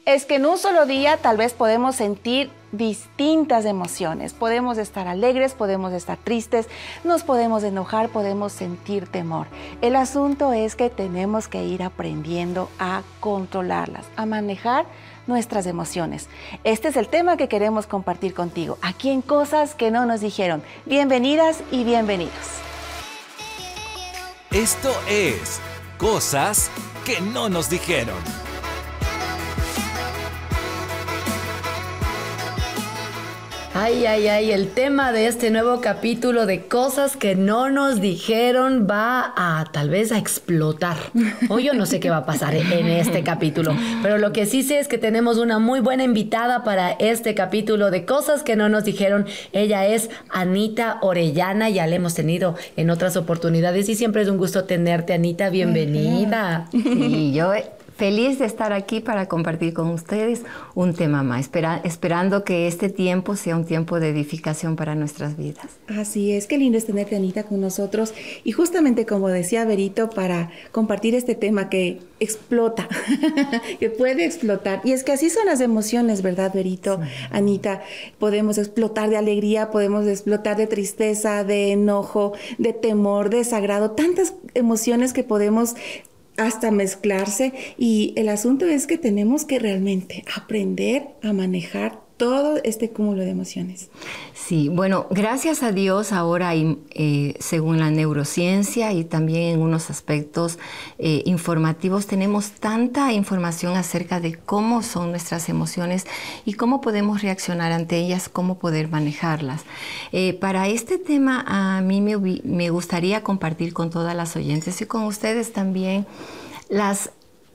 es que en un solo día tal vez podemos sentir distintas emociones. Podemos estar alegres, podemos estar tristes, nos podemos enojar, podemos sentir temor. El asunto es que tenemos que ir aprendiendo a controlarlas, a manejar nuestras emociones. Este es el tema que queremos compartir contigo, aquí en Cosas que no nos dijeron. Bienvenidas y bienvenidos. Esto es Cosas que no nos dijeron. Ay, ay, ay, el tema de este nuevo capítulo de Cosas que no nos dijeron va a tal vez a explotar. O yo no sé qué va a pasar en este capítulo, pero lo que sí sé es que tenemos una muy buena invitada para este capítulo de Cosas que no nos dijeron. Ella es Anita Orellana, ya la hemos tenido en otras oportunidades y siempre es un gusto tenerte, Anita, bienvenida. Sí, yo feliz de estar aquí para compartir con ustedes un tema más, esperando que este tiempo sea un tiempo de edificación para nuestras vidas. Así es, qué lindo es tenerte, Anita, con nosotros. Y justamente como decía Berito, para compartir este tema que explota, que puede explotar. Y es que así son las emociones, ¿verdad, Berito? Sí. Anita, podemos explotar de alegría, podemos explotar de tristeza, de enojo, de temor, de desagrado, tantas emociones que podemos hasta mezclarse, y el asunto es que tenemos que realmente aprender a manejar todo este cúmulo de emociones. Sí, bueno, gracias a Dios ahora hay, según la neurociencia y también en unos aspectos informativos, tenemos tanta información acerca de cómo son nuestras emociones y cómo podemos reaccionar ante ellas, cómo poder manejarlas. Para este tema a mí me gustaría compartir con todas las oyentes y con ustedes también las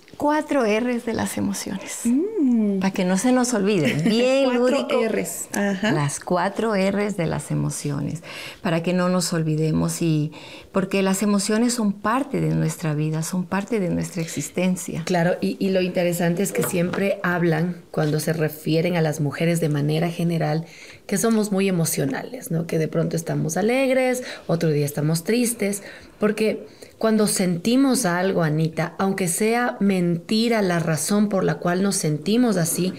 4 R's de las emociones. Para que no se nos olvide. Bien lúdico. 4 R's. Ajá. Las 4 R's de las emociones. Para que no nos olvidemos. Porque las emociones son parte de nuestra vida, son parte de nuestra existencia. Claro, y lo interesante es que siempre hablan, cuando se refieren a las mujeres de manera general, que somos muy emocionales, ¿no? Que de pronto estamos alegres, otro día estamos tristes, porque cuando sentimos algo, Anita, aunque sea mentira la razón por la cual nos sentimos así,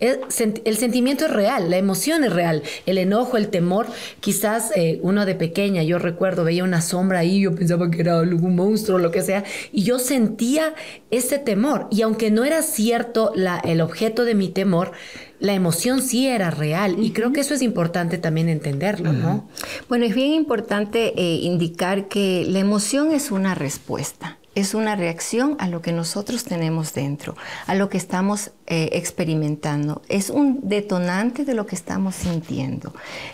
el sentimiento es real, la emoción es real, el enojo, el temor. Quizás uno de pequeña, yo recuerdo, veía una sombra ahí, yo pensaba que era algún monstruo, lo que sea, y yo sentía ese temor. Y aunque no era cierto el objeto de mi temor, la emoción sí era real. Y creo que eso es importante también entenderlo, ¿no? Bueno, es bien importante indicar que la emoción es una respuesta. Es una reacción a lo que nosotros tenemos dentro, a lo que estamos experimentando. Es un detonante de lo que estamos sintiendo.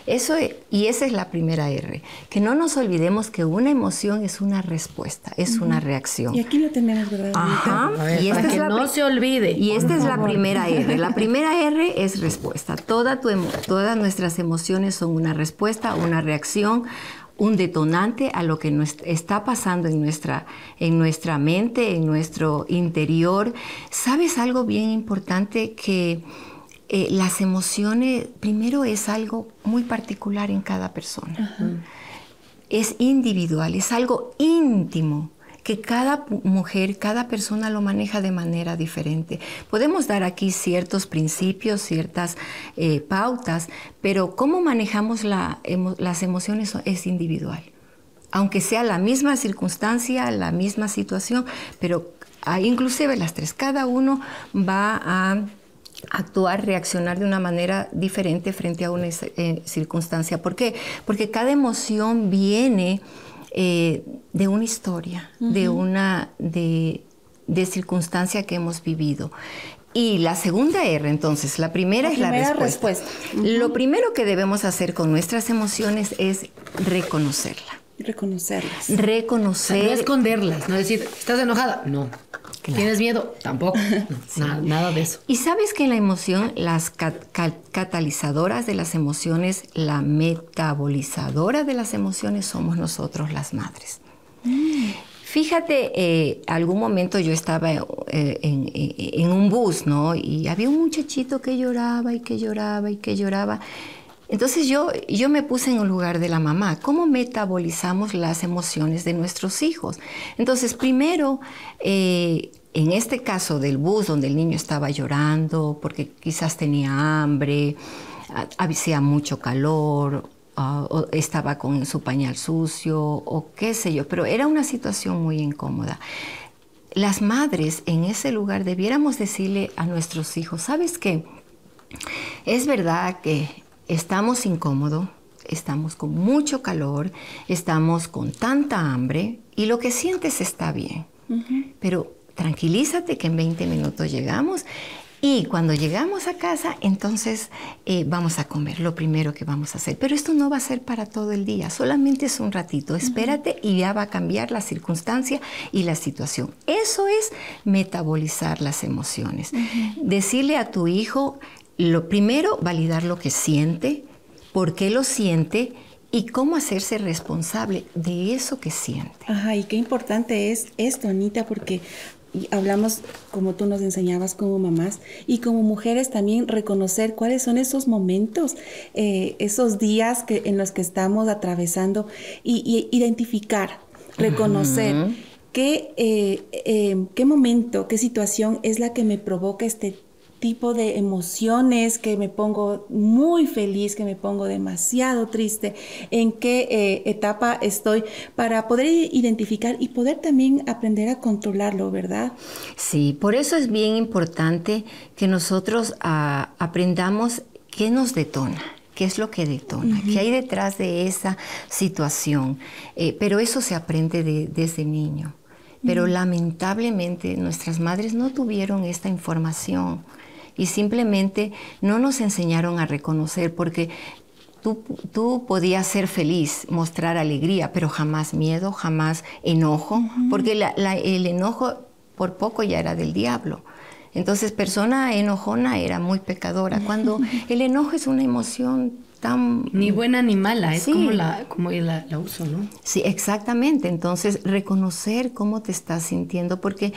Y esa es la primera R. Que no nos olvidemos que una emoción es una respuesta, es una reacción. Y aquí lo tenemos, ¿verdad? Ajá. A ver, y para que no se olvide. Y esta es la primera R. La primera R es respuesta. Todas nuestras emociones son una respuesta, una reacción, un detonante a lo que está pasando en nuestra mente, en nuestro interior. ¿Sabes algo bien importante? Que las emociones, primero, es algo muy particular en cada persona. Uh-huh. Es individual, es algo íntimo, que cada mujer, cada persona lo maneja de manera diferente. Podemos dar aquí ciertos principios, ciertas pautas, pero cómo manejamos las emociones es individual. Aunque sea la misma circunstancia, la misma situación, pero inclusive las 3, cada uno va a actuar, reaccionar de una manera diferente frente a una circunstancia. ¿Por qué? Porque cada emoción viene de una historia, de circunstancia que hemos vivido. Y la segunda R, entonces, la primera es la respuesta. Lo primero que debemos hacer con nuestras emociones es reconocerlas. No esconderlas, no decir, ¿estás enojada? No. Claro. ¿Tienes miedo? Tampoco. No, sí. Nada de eso. Y sabes que en la emoción, las catalizadoras de las emociones, la metabolizadora de las emociones somos nosotros, las madres. Fíjate, algún momento yo estaba en un bus, ¿no? Y había un muchachito que lloraba y que lloraba y que lloraba. Entonces yo me puse en el lugar de la mamá. ¿Cómo metabolizamos las emociones de nuestros hijos? Entonces, primero, en este caso del bus, donde el niño estaba llorando porque quizás tenía hambre, hacía mucho calor, o estaba con su pañal sucio, o qué sé yo, pero era una situación muy incómoda. Las madres en ese lugar debiéramos decirle a nuestros hijos, ¿sabes qué? Es verdad que estamos incómodos, estamos con mucho calor, estamos con tanta hambre y lo que sientes está bien. Pero tranquilízate que en 20 minutos llegamos y cuando llegamos a casa, entonces vamos a comer, lo primero que vamos a hacer. Pero esto no va a ser para todo el día, solamente es un ratito. Espérate y ya va a cambiar la circunstancia y la situación. Eso es metabolizar las emociones. Decirle a tu hijo, lo primero, validar lo que siente, por qué lo siente y cómo hacerse responsable de eso que siente. Ajá, y qué importante es esto, Anita, porque hablamos, como tú nos enseñabas como mamás, y como mujeres también reconocer cuáles son esos momentos, esos días en los que estamos atravesando y identificar, reconocer qué momento, qué situación es la que me provoca este tipo de emociones, que me pongo muy feliz, que me pongo demasiado triste, en qué etapa estoy, para poder identificar y poder también aprender a controlarlo, ¿verdad? Sí, por eso es bien importante que nosotros aprendamos qué nos detona. ¿Qué es lo que detona? ¿Qué hay detrás de esa situación? Pero eso se aprende desde niño. Pero lamentablemente nuestras madres no tuvieron esta información y simplemente no nos enseñaron a reconocer, porque tú podías ser feliz, mostrar alegría, pero jamás miedo, jamás enojo, porque el enojo por poco ya era del diablo. Entonces, persona enojona era muy pecadora, cuando el enojo es una emoción tan... Ni buena ni mala, es como la uso, ¿no? Sí, exactamente. Entonces, reconocer cómo te estás sintiendo, porque...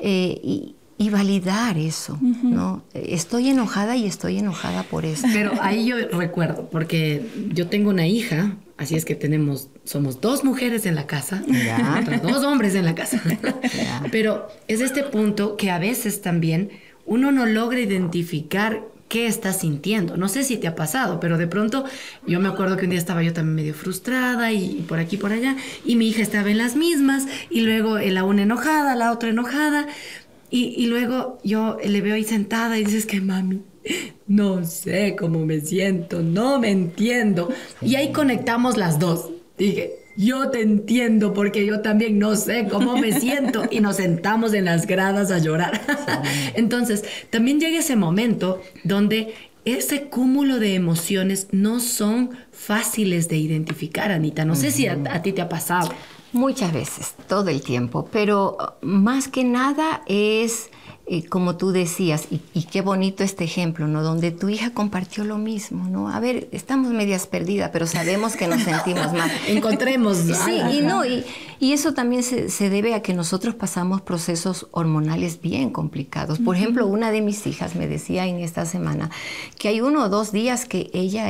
y validar eso, ¿no? Estoy enojada y estoy enojada por eso. Pero ahí yo recuerdo, porque yo tengo una hija, así es que somos 2 mujeres en la casa, otros 2 hombres en la casa. Pero es este punto que a veces también uno no logra identificar qué estás sintiendo. No sé si te ha pasado, pero de pronto yo me acuerdo que un día estaba yo también medio frustrada y por aquí, por allá, y mi hija estaba en las mismas, y luego la una enojada, la otra enojada, y luego yo le veo ahí sentada y dices que mami, no sé cómo me siento, no me entiendo. Y ahí conectamos las dos. Dije, yo te entiendo porque yo también no sé cómo me siento. Y nos sentamos en las gradas a llorar. Entonces, también llega ese momento donde ese cúmulo de emociones no son fáciles de identificar, Anita. No sé si a ti te ha pasado. Muchas veces, todo el tiempo, pero más que nada es, como tú decías, y qué bonito este ejemplo, ¿no? Donde tu hija compartió lo mismo, ¿no? A ver, estamos medias perdidas, pero sabemos que nos sentimos mal. Encontremos. Sí, y eso también se debe a que nosotros pasamos procesos hormonales bien complicados. Por ejemplo, una de mis hijas me decía en esta semana que hay 1 o 2 días que ella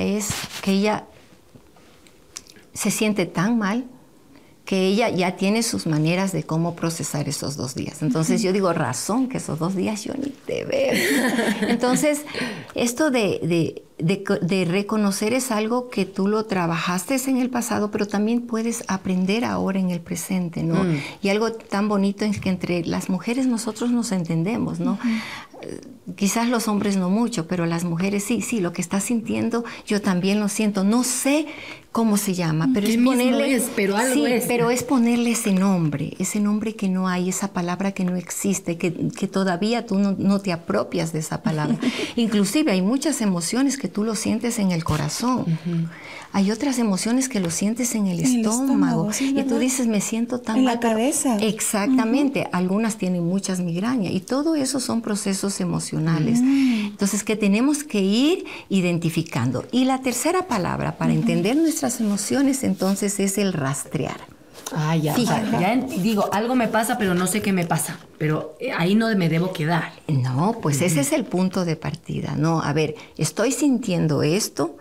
se siente tan mal que ella ya tiene sus maneras de cómo procesar esos 2 días. Entonces yo digo, razón que esos 2 días yo ni te veo. Entonces, esto de reconocer es algo que tú lo trabajaste en el pasado, pero también puedes aprender ahora en el presente, ¿no? Y algo tan bonito es que entre las mujeres nosotros nos entendemos, ¿no? Quizás los hombres no mucho, pero las mujeres sí, lo que estás sintiendo yo también lo siento. No sé cómo se llama, pero es ponerle... pero algo es. Pero es ponerle ese nombre que no hay, esa palabra que no existe, que todavía tú no te apropias de esa palabra. Inclusive hay muchas emociones que tú lo sientes en el corazón. Hay otras emociones que lo sientes en el estómago. Sí, y tú dices, me siento tan en mal. la cabeza. Exactamente. Algunas tienen muchas migrañas y todo eso son procesos emocionales. Entonces, que tenemos que ir identificando. Y la tercera palabra para entender nuestras emociones, entonces, es el rastrear. Ah, ya. Ya digo, algo me pasa, pero no sé qué me pasa. Pero ahí no me debo quedar. No, pues ese es el punto de partida. No, a ver, estoy sintiendo esto.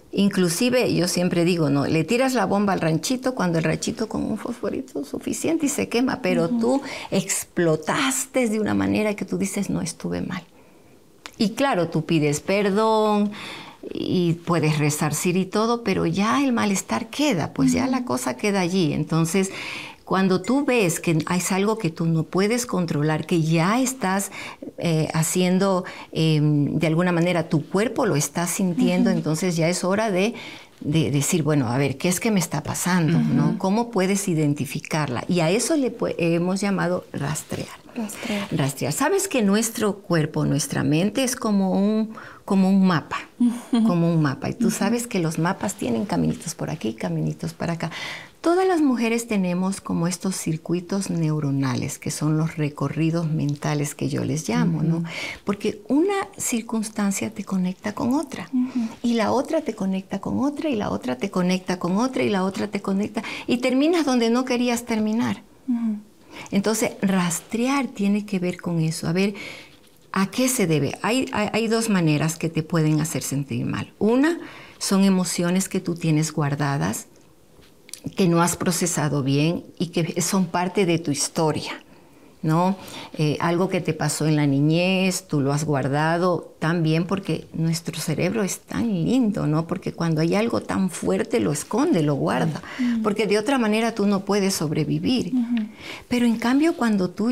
Inclusive, yo siempre digo, no, le tiras la bomba al ranchito cuando el ranchito con un fosforito suficiente y se quema, pero tú explotaste de una manera que tú dices, no, estuve mal. Y claro, tú pides perdón y puedes resarcir y todo, pero ya el malestar queda, pues ya la cosa queda allí. Entonces, cuando tú ves que hay algo que tú no puedes controlar, que ya estás haciendo, de alguna manera, tu cuerpo lo está sintiendo, entonces ya es hora de decir, bueno, a ver, ¿qué es que me está pasando? ¿No? ¿Cómo puedes identificarla? Y a eso le hemos llamado rastrear. Rastrear. ¿Sabes que nuestro cuerpo, nuestra mente es como un mapa? Como un mapa. Y tú sabes que los mapas tienen caminitos por aquí, caminitos para acá. Todas las mujeres tenemos como estos circuitos neuronales, que son los recorridos mentales que yo les llamo, ¿no? Porque una circunstancia te conecta con otra, y la otra te conecta con otra, y la otra te conecta con otra, y la otra te conecta, y terminas donde no querías terminar. Entonces, rastrear tiene que ver con eso. A ver, ¿a qué se debe? Hay dos maneras que te pueden hacer sentir mal. Una, son emociones que tú tienes guardadas, que no has procesado bien y que son parte de tu historia, ¿no? Algo que te pasó en la niñez, tú lo has guardado tan bien porque nuestro cerebro es tan lindo, ¿no? Porque cuando hay algo tan fuerte lo esconde, lo guarda, porque de otra manera tú no puedes sobrevivir. Pero en cambio cuando tú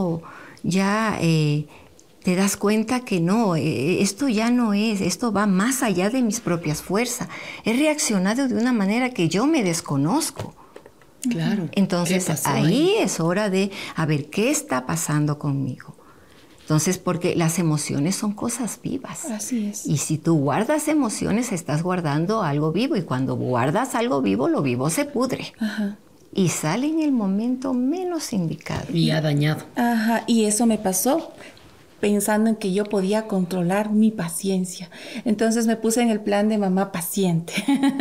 te das cuenta que no, esto ya no es, esto va más allá de mis propias fuerzas. He reaccionado de una manera que yo me desconozco. Claro. Entonces ahí es hora de, a ver, ¿qué está pasando conmigo? Entonces, porque las emociones son cosas vivas. Así es. Y si tú guardas emociones, estás guardando algo vivo. Y cuando guardas algo vivo, lo vivo se pudre. Y sale en el momento menos indicado. Y ha dañado. Y eso me pasó pensando en que yo podía controlar mi paciencia. Entonces me puse en el plan de mamá paciente.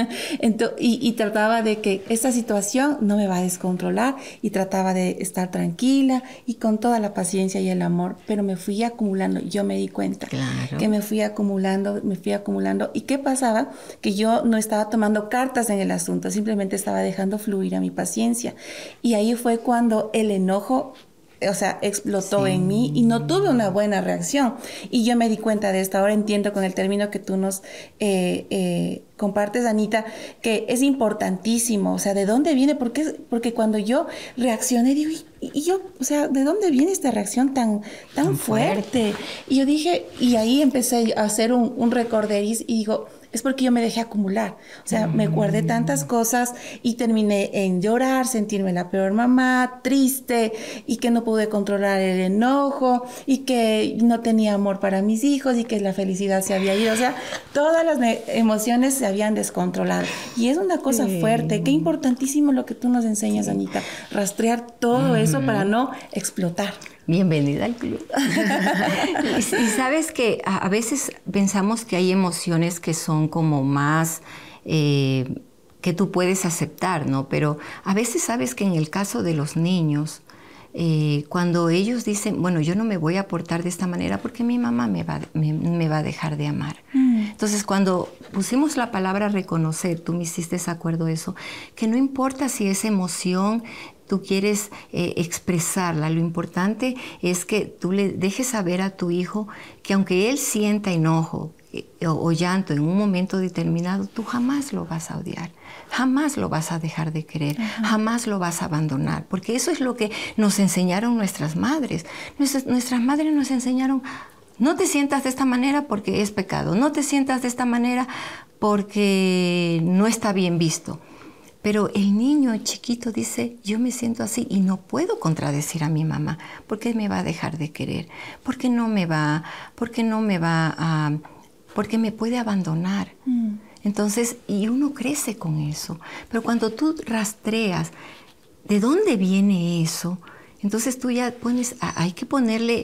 y trataba de que esta situación no me va a descontrolar y trataba de estar tranquila y con toda la paciencia y el amor, pero me fui acumulando. Yo me di cuenta que me fui acumulando. ¿Y qué pasaba? Que yo no estaba tomando cartas en el asunto, simplemente estaba dejando fluir a mi paciencia. Y ahí fue cuando el enojo, o sea, explotó en mí y no tuve una buena reacción. Y yo me di cuenta de esto. Ahora entiendo con el término que tú nos compartes, Anita, que es importantísimo. O sea, ¿de dónde viene? Porque cuando yo reaccioné, digo, y yo, o sea, ¿de dónde viene esta reacción tan fuerte? Y yo dije, y ahí empecé a hacer un recorderis y digo, es porque yo me dejé acumular. O sea, me guardé tantas cosas y terminé en llorar, sentirme la peor mamá, triste, y que no pude controlar el enojo, y que no tenía amor para mis hijos, y que la felicidad se había ido. O sea, todas las emociones se habían descontrolado. Y es una cosa fuerte. Qué importantísimo lo que tú nos enseñas, Anita. Rastrear todo eso para no explotar. Bienvenida al club. Y sabes que a veces pensamos que hay emociones que son como más que tú puedes aceptar, ¿no? Pero a veces sabes que en el caso de los niños, cuando ellos dicen, bueno, yo no me voy a portar de esta manera porque mi mamá me va a dejar de amar. Entonces, cuando pusimos la palabra reconocer, tú me hiciste acuerdo de eso, que no importa si esa emoción tú quieres expresarla, lo importante es que tú le dejes saber a tu hijo que aunque él sienta enojo o llanto en un momento determinado, tú jamás lo vas a odiar, jamás lo vas a dejar de querer, jamás lo vas a abandonar, porque eso es lo que nos enseñaron nuestras madres. Nuestras madres nos enseñaron, no te sientas de esta manera porque es pecado, no te sientas de esta manera porque no está bien visto. Pero el niño chiquito dice, yo me siento así y no puedo contradecir a mi mamá porque me va a dejar de querer, porque me puede abandonar. Entonces, y uno crece con eso. Pero cuando tú rastreas de dónde viene eso, entonces tú ya hay que ponerle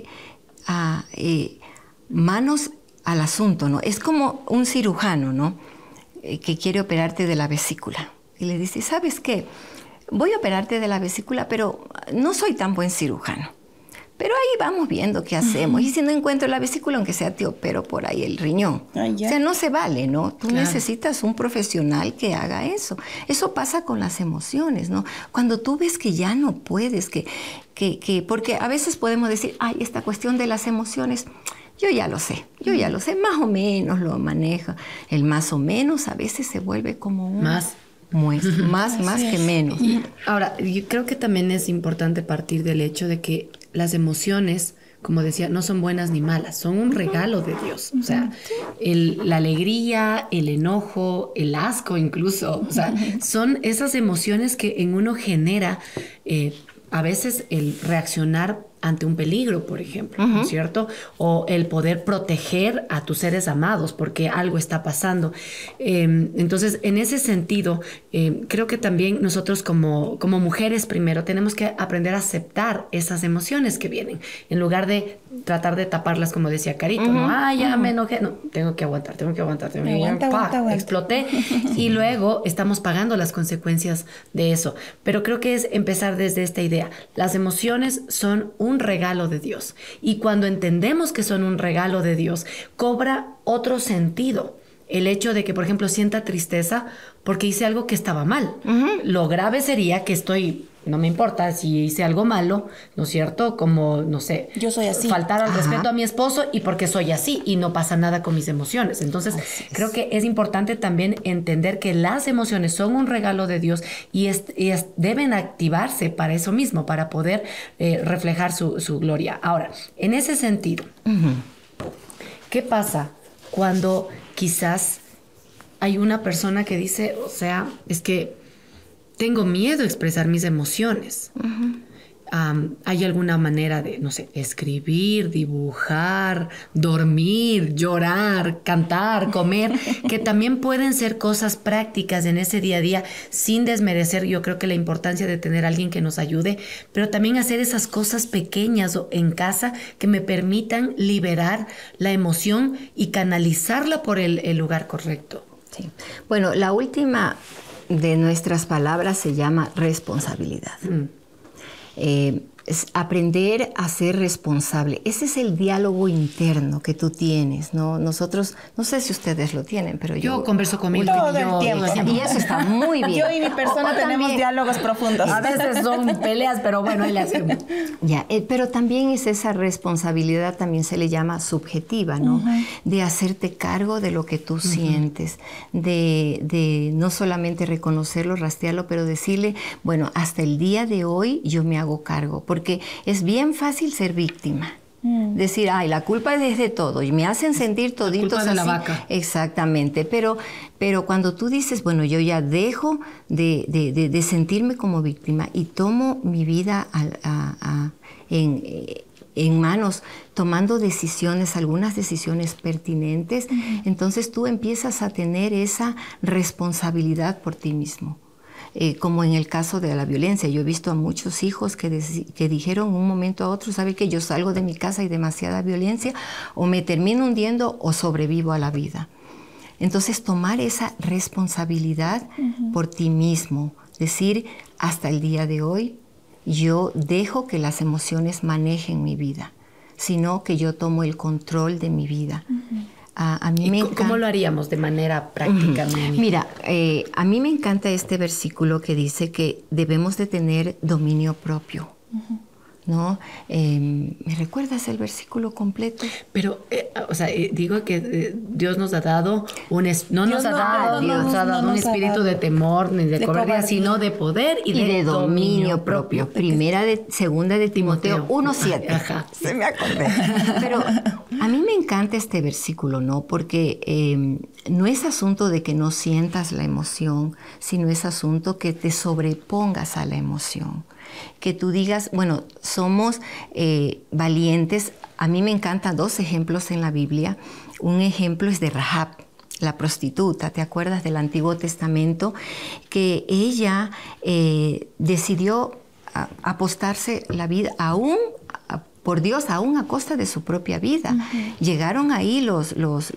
manos al asunto, ¿no? Es como un cirujano, ¿no? Que quiere operarte de la vesícula. Y le dice, ¿sabes qué? Voy a operarte de la vesícula, pero no soy tan buen cirujano. Pero ahí vamos viendo qué hacemos. Y si no encuentro la vesícula, aunque sea te opero por ahí el riñón. O sea, no se vale, ¿no? Tú necesitas un profesional que haga eso. Eso pasa con las emociones, ¿no? Cuando tú ves que ya no puedes, porque a veces podemos decir, ay, esta cuestión de las emociones, yo ya lo sé, más o menos lo manejo. El más o menos a veces se vuelve como un... Más que menos. Ahora, yo creo que también es importante partir del hecho de que las emociones, como decía, no son buenas ni malas, son un regalo de Dios. O sea, la alegría, el enojo, el asco incluso, o sea, son esas emociones que en uno genera a veces el reaccionar ante un peligro, por ejemplo, ¿no es cierto? O el poder proteger a tus seres amados porque algo está pasando. Entonces, en ese sentido, creo que también nosotros como mujeres primero tenemos que aprender a aceptar esas emociones que vienen, en lugar de tratar de taparlas, como decía Carito, ¿no? Ah, ya me enojé. No, tengo que aguantar. Aguanta. Exploté. Y luego estamos pagando las consecuencias de eso. Pero creo que es empezar desde esta idea. Las emociones son un regalo de Dios. Y cuando entendemos que son un regalo de Dios, cobra otro sentido. El hecho de que, por ejemplo, sienta tristeza porque hice algo que estaba mal. Lo grave sería que no me importa si hice algo malo, ¿no es cierto? Como, no sé, yo soy así. Faltar al respeto a mi esposo y porque soy así y no pasa nada con mis emociones. Entonces, creo que es importante también entender que las emociones son un regalo de Dios y deben activarse para eso mismo, para poder reflejar su gloria. Ahora, en ese sentido, ¿qué pasa cuando quizás hay una persona que dice, o sea, es que tengo miedo a expresar mis emociones? ¿Hay alguna manera de, no sé, escribir, dibujar, dormir, llorar, cantar, comer, que también pueden ser cosas prácticas en ese día a día, sin desmerecer, yo creo que la importancia de tener a alguien que nos ayude, pero también hacer esas cosas pequeñas en casa que me permitan liberar la emoción y canalizarla por el lugar correcto? Sí. Bueno, la última de nuestras palabras se llama responsabilidad. Es aprender a ser responsable. Ese es el diálogo interno que tú tienes, ¿no? Nosotros, no sé si ustedes lo tienen, pero yo converso conmigo todo el tiempo. Y eso está muy bien. Yo y mi persona tenemos diálogos profundos. A veces son peleas, pero bueno, ahí le hacemos. Ya, pero también es esa responsabilidad, también se le llama subjetiva, ¿no? De hacerte cargo de lo que tú sientes, de no solamente reconocerlo, rastrearlo, pero decirle, bueno, hasta el día de hoy yo me hago cargo. Porque es bien fácil ser víctima. Decir, ay, la culpa es de todo. Y me hacen sentir toditos la culpa así. de la vaca. Exactamente. Pero cuando tú dices, bueno, yo ya dejo de sentirme como víctima y tomo mi vida en manos, tomando decisiones, algunas decisiones pertinentes, entonces tú empiezas a tener esa responsabilidad por ti mismo. Como en el caso de la violencia. Yo he visto a muchos hijos que dijeron un momento a otro, ¿sabe qué? Yo salgo de mi casa y demasiada violencia, o me termino hundiendo o sobrevivo a la vida. Entonces, tomar esa responsabilidad por ti mismo, decir, hasta el día de hoy, yo dejo que las emociones manejen mi vida, sino que yo tomo el control de mi vida. A mí me encanta. ¿Cómo lo haríamos de manera práctica? Mira, a mí me encanta este versículo que dice que debemos de tener dominio propio, ¿no? ¿Me recuerdas el versículo completo? Pero, o sea, digo que Dios nos ha dado un espíritu de temor ni de cobardía, sino de poder y de dominio propio. Segunda de Timoteo 1:7. Ajá. Se me acordé. Pero a mí me encanta este versículo, ¿no? Porque no es asunto de que no sientas la emoción, sino es asunto que te sobrepongas a la emoción. Que tú digas, bueno, somos valientes. A mí me encantan dos ejemplos en la Biblia. Un ejemplo es de Rahab, la prostituta, ¿te acuerdas del Antiguo Testamento? Que ella decidió apostarse la vida por Dios, aún a costa de su propia vida. Llegaron ahí los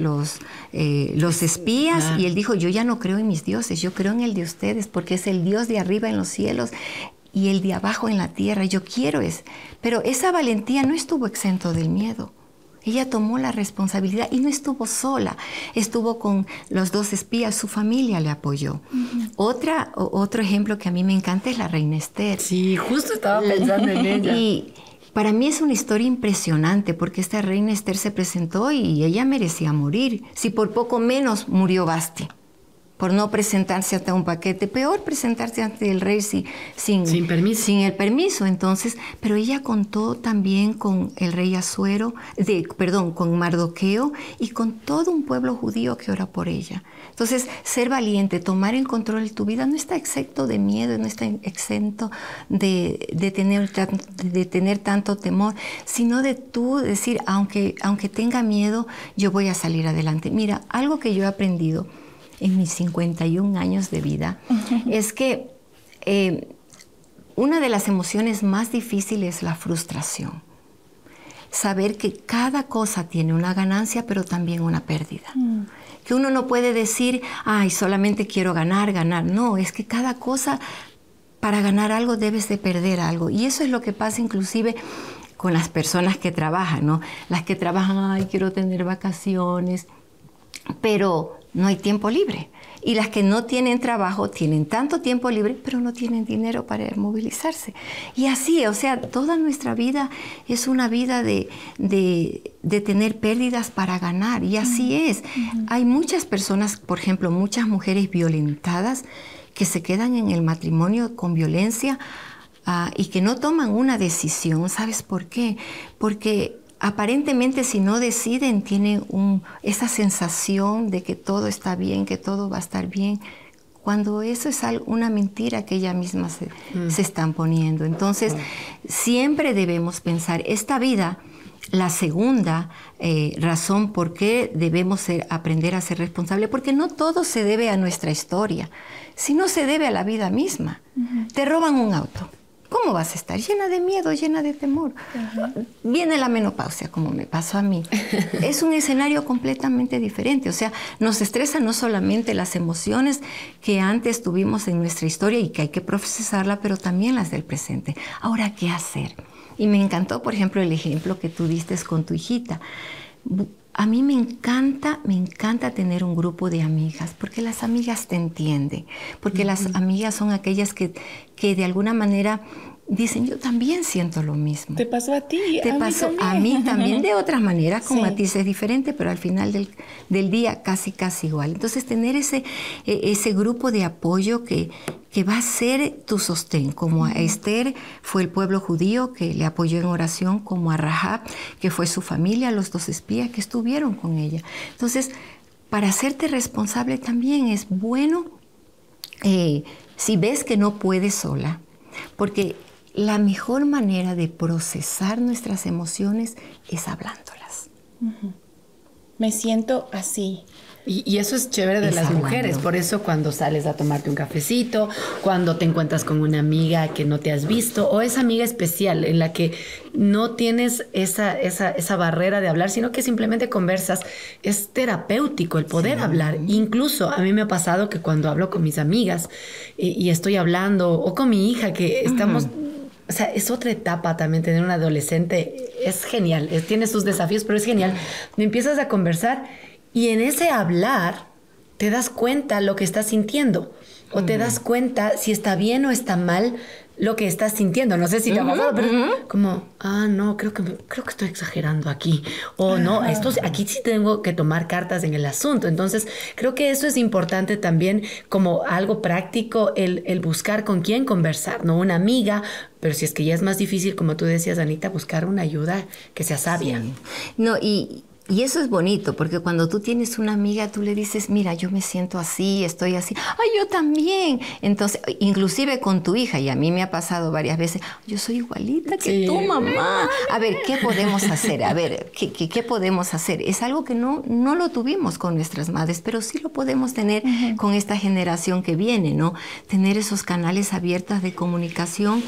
espías y él dijo, yo ya no creo en mis dioses, yo creo en el de ustedes, porque es el Dios de arriba en los cielos. y el de abajo en la tierra. Yo quiero eso. Pero esa valentía no estuvo exento del miedo. Ella tomó la responsabilidad y no estuvo sola. Estuvo con los 2 espías, su familia le apoyó. Otro ejemplo que a mí me encanta es la reina Esther. Sí, justo estaba pensando en ella. Y para mí es una historia impresionante porque esta reina Esther se presentó y ella merecía morir. Si por poco menos murió Vasti, por no presentarse ante un paquete. Peor presentarse ante el rey sin permiso. Sin el permiso. Entonces, pero ella contó también con el rey Asuero, con Mardoqueo y con todo un pueblo judío que ora por ella. Entonces, ser valiente, tomar el control de tu vida no está exento de miedo, no está exento de tener tanto temor, sino de tú decir, aunque tenga miedo, yo voy a salir adelante. Mira, algo que yo he aprendido en mis 51 años de vida, es que una de las emociones más difíciles es la frustración. Saber que cada cosa tiene una ganancia, pero también una pérdida. Que uno no puede decir, ay, solamente quiero ganar. No, es que cada cosa, para ganar algo, debes de perder algo. Y eso es lo que pasa inclusive con las personas que trabajan, ¿no? Las que trabajan, ay, quiero tener vacaciones, pero no hay tiempo libre. Y las que no tienen trabajo tienen tanto tiempo libre, pero no tienen dinero para movilizarse. Y así, o sea, toda nuestra vida es una vida de tener pérdidas para ganar. Y así es. Hay muchas personas, por ejemplo, muchas mujeres violentadas que se quedan en el matrimonio con violencia y que no toman una decisión. ¿Sabes por qué? Porque aparentemente, si no deciden, tienen esa sensación de que todo está bien, que todo va a estar bien, cuando eso es una mentira que ellas mismas se están poniendo. Entonces, siempre debemos pensar, esta vida, la segunda razón por qué debemos aprender a ser responsables, porque no todo se debe a nuestra historia, sino se debe a la vida misma. Te roban un auto. ¿Cómo vas a estar? Llena de miedo, llena de temor. Viene la menopausia, como me pasó a mí. Es un escenario completamente diferente. O sea, nos estresan no solamente las emociones que antes tuvimos en nuestra historia y que hay que procesarla, pero también las del presente. Ahora, ¿qué hacer? Y me encantó, por ejemplo, el ejemplo que tú diste con tu hijita. A mí me encanta tener un grupo de amigas, porque las amigas te entienden, porque las amigas son aquellas que de alguna manera dicen, yo también siento lo mismo. ¿Te pasó a ti? Te pasó a mí también, de otra manera, con matices diferentes, pero al final del día casi igual. Entonces, tener ese grupo de apoyo que va a ser tu sostén, como a Esther fue el pueblo judío que le apoyó en oración, como a Rahab, que fue su familia, los 2 espías que estuvieron con ella. Entonces, para hacerte responsable también es bueno, si ves que no puedes sola, porque la mejor manera de procesar nuestras emociones es hablándolas. Me siento así. Y eso es chévere de las mujeres. Por eso cuando sales a tomarte un cafecito, cuando te encuentras con una amiga que no te has visto, o esa amiga especial en la que no tienes esa barrera de hablar, sino que simplemente conversas, es terapéutico el poder hablar. Incluso a mí me ha pasado que cuando hablo con mis amigas y estoy hablando, o con mi hija, que estamos... O sea, es otra etapa también tener un adolescente. Es genial, tiene sus desafíos, pero es genial. Me empiezas a conversar y en ese hablar te das cuenta lo que estás sintiendo. O te das cuenta si está bien o está mal lo que estás sintiendo. No sé si te ha pasado, pero como, no, creo que estoy exagerando aquí. O no, aquí sí tengo que tomar cartas en el asunto. Entonces, creo que eso es importante también como algo práctico, el buscar con quién conversar, ¿no? Una amiga, pero si es que ya es más difícil, como tú decías, Anita, buscar una ayuda que sea sabia. Sí. No, y eso es bonito, porque cuando tú tienes una amiga, tú le dices, mira, yo me siento así, estoy así. ¡Ay, yo también! Entonces, inclusive con tu hija, y a mí me ha pasado varias veces, yo soy igualita que tu mamá. A ver, ¿qué podemos hacer? A ver, ¿qué podemos hacer? Es algo que no lo tuvimos con nuestras madres, pero sí lo podemos tener con esta generación que viene, ¿no? Tener esos canales abiertos de comunicación,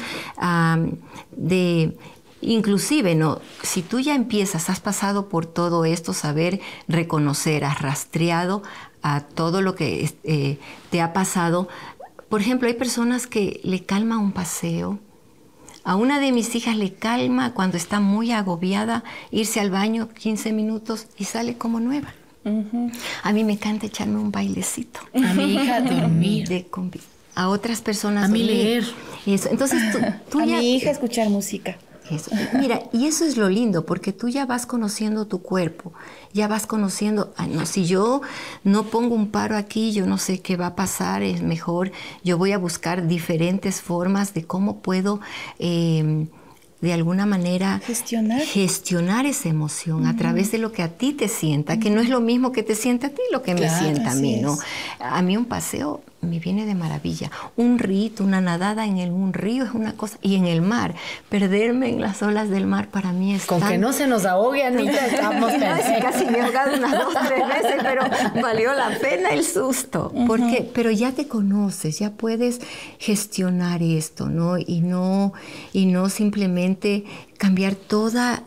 inclusive, ¿no? Si tú ya has pasado por todo esto, saber reconocer, has rastreado a todo lo que te ha pasado, Por ejemplo, hay personas que le calma un paseo. A una de mis hijas le calma cuando está muy agobiada irse al baño 15 minutos y sale como nueva. A mí me encanta echarme un bailecito. A mi hija dormir. A otras personas a mí dormir. leer. Eso. Entonces tú a ya, mi hija escuchar música. Eso. Mira, y eso es lo lindo, porque tú ya vas conociendo tu cuerpo, ya vas conociendo, no, si yo no pongo un paro aquí, yo no sé qué va a pasar, es mejor, yo voy a buscar diferentes formas de cómo puedo de alguna manera gestionar esa emoción a través de lo que a ti te sienta, que no es lo mismo que te sienta a ti lo que me sienta a mí, ¿no? A mí un paseo me viene de maravilla. Un rito, una nadada en un río es una cosa, y en el mar, perderme en las olas del mar para mí es Con que no se nos ahogue, Anita, estamos perfectos. Casi me he ahogado unas 2 o 3 veces, pero valió la pena el susto. ¿Por qué? Pero ya te conoces, ya puedes gestionar esto, ¿no? Y no simplemente cambiar toda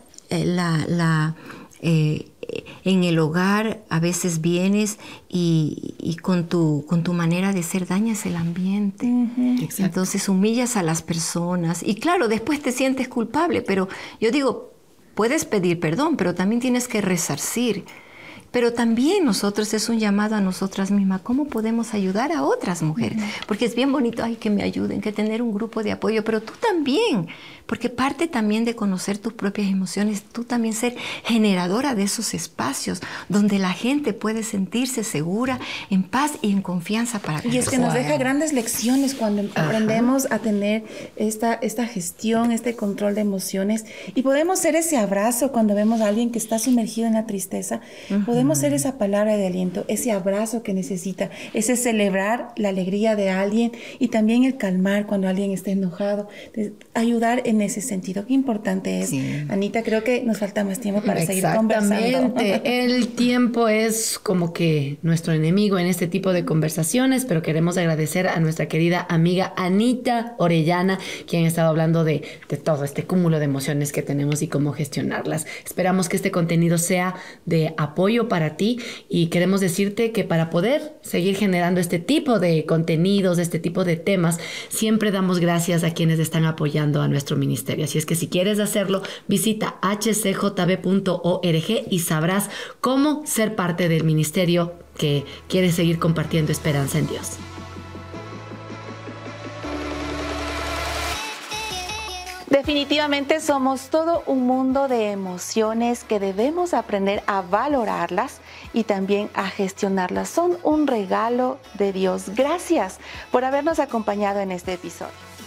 en el hogar. A veces vienes y con tu manera de ser dañas el ambiente. Entonces humillas a las personas y claro, después te sientes culpable, pero yo digo, puedes pedir perdón, pero también tienes que resarcir. Pero también nosotros es un llamado a nosotras mismas, ¿cómo podemos ayudar a otras mujeres? Porque es bien bonito, ay, que me ayuden, que tener un grupo de apoyo, pero tú también, porque parte también de conocer tus propias emociones, tú también ser generadora de esos espacios donde la gente puede sentirse segura, en paz y en confianza para Y es que nos deja grandes lecciones cuando aprendemos a tener esta gestión, este control de emociones, y podemos ser ese abrazo cuando vemos a alguien que está sumergido en la tristeza, podemos ser esa palabra de aliento, ese abrazo que necesita, ese celebrar la alegría de alguien y también el calmar cuando alguien está enojado, ayudar en ese sentido. Qué importante es. Anita, creo que nos falta más tiempo para seguir conversando. Exactamente. El tiempo es como que nuestro enemigo en este tipo de conversaciones, pero queremos agradecer a nuestra querida amiga Anita Orellana, quien ha estado hablando de todo este cúmulo de emociones que tenemos y cómo gestionarlas. Esperamos que este contenido sea de apoyo para ti y queremos decirte que para poder seguir generando este tipo de contenidos, este tipo de temas, siempre damos gracias a quienes están apoyando a nuestro ministerio. Así es que si quieres hacerlo, visita hcjb.org y sabrás cómo ser parte del ministerio que quiere seguir compartiendo esperanza en Dios. Definitivamente somos todo un mundo de emociones que debemos aprender a valorarlas y también a gestionarlas. Son un regalo de Dios. Gracias por habernos acompañado en este episodio.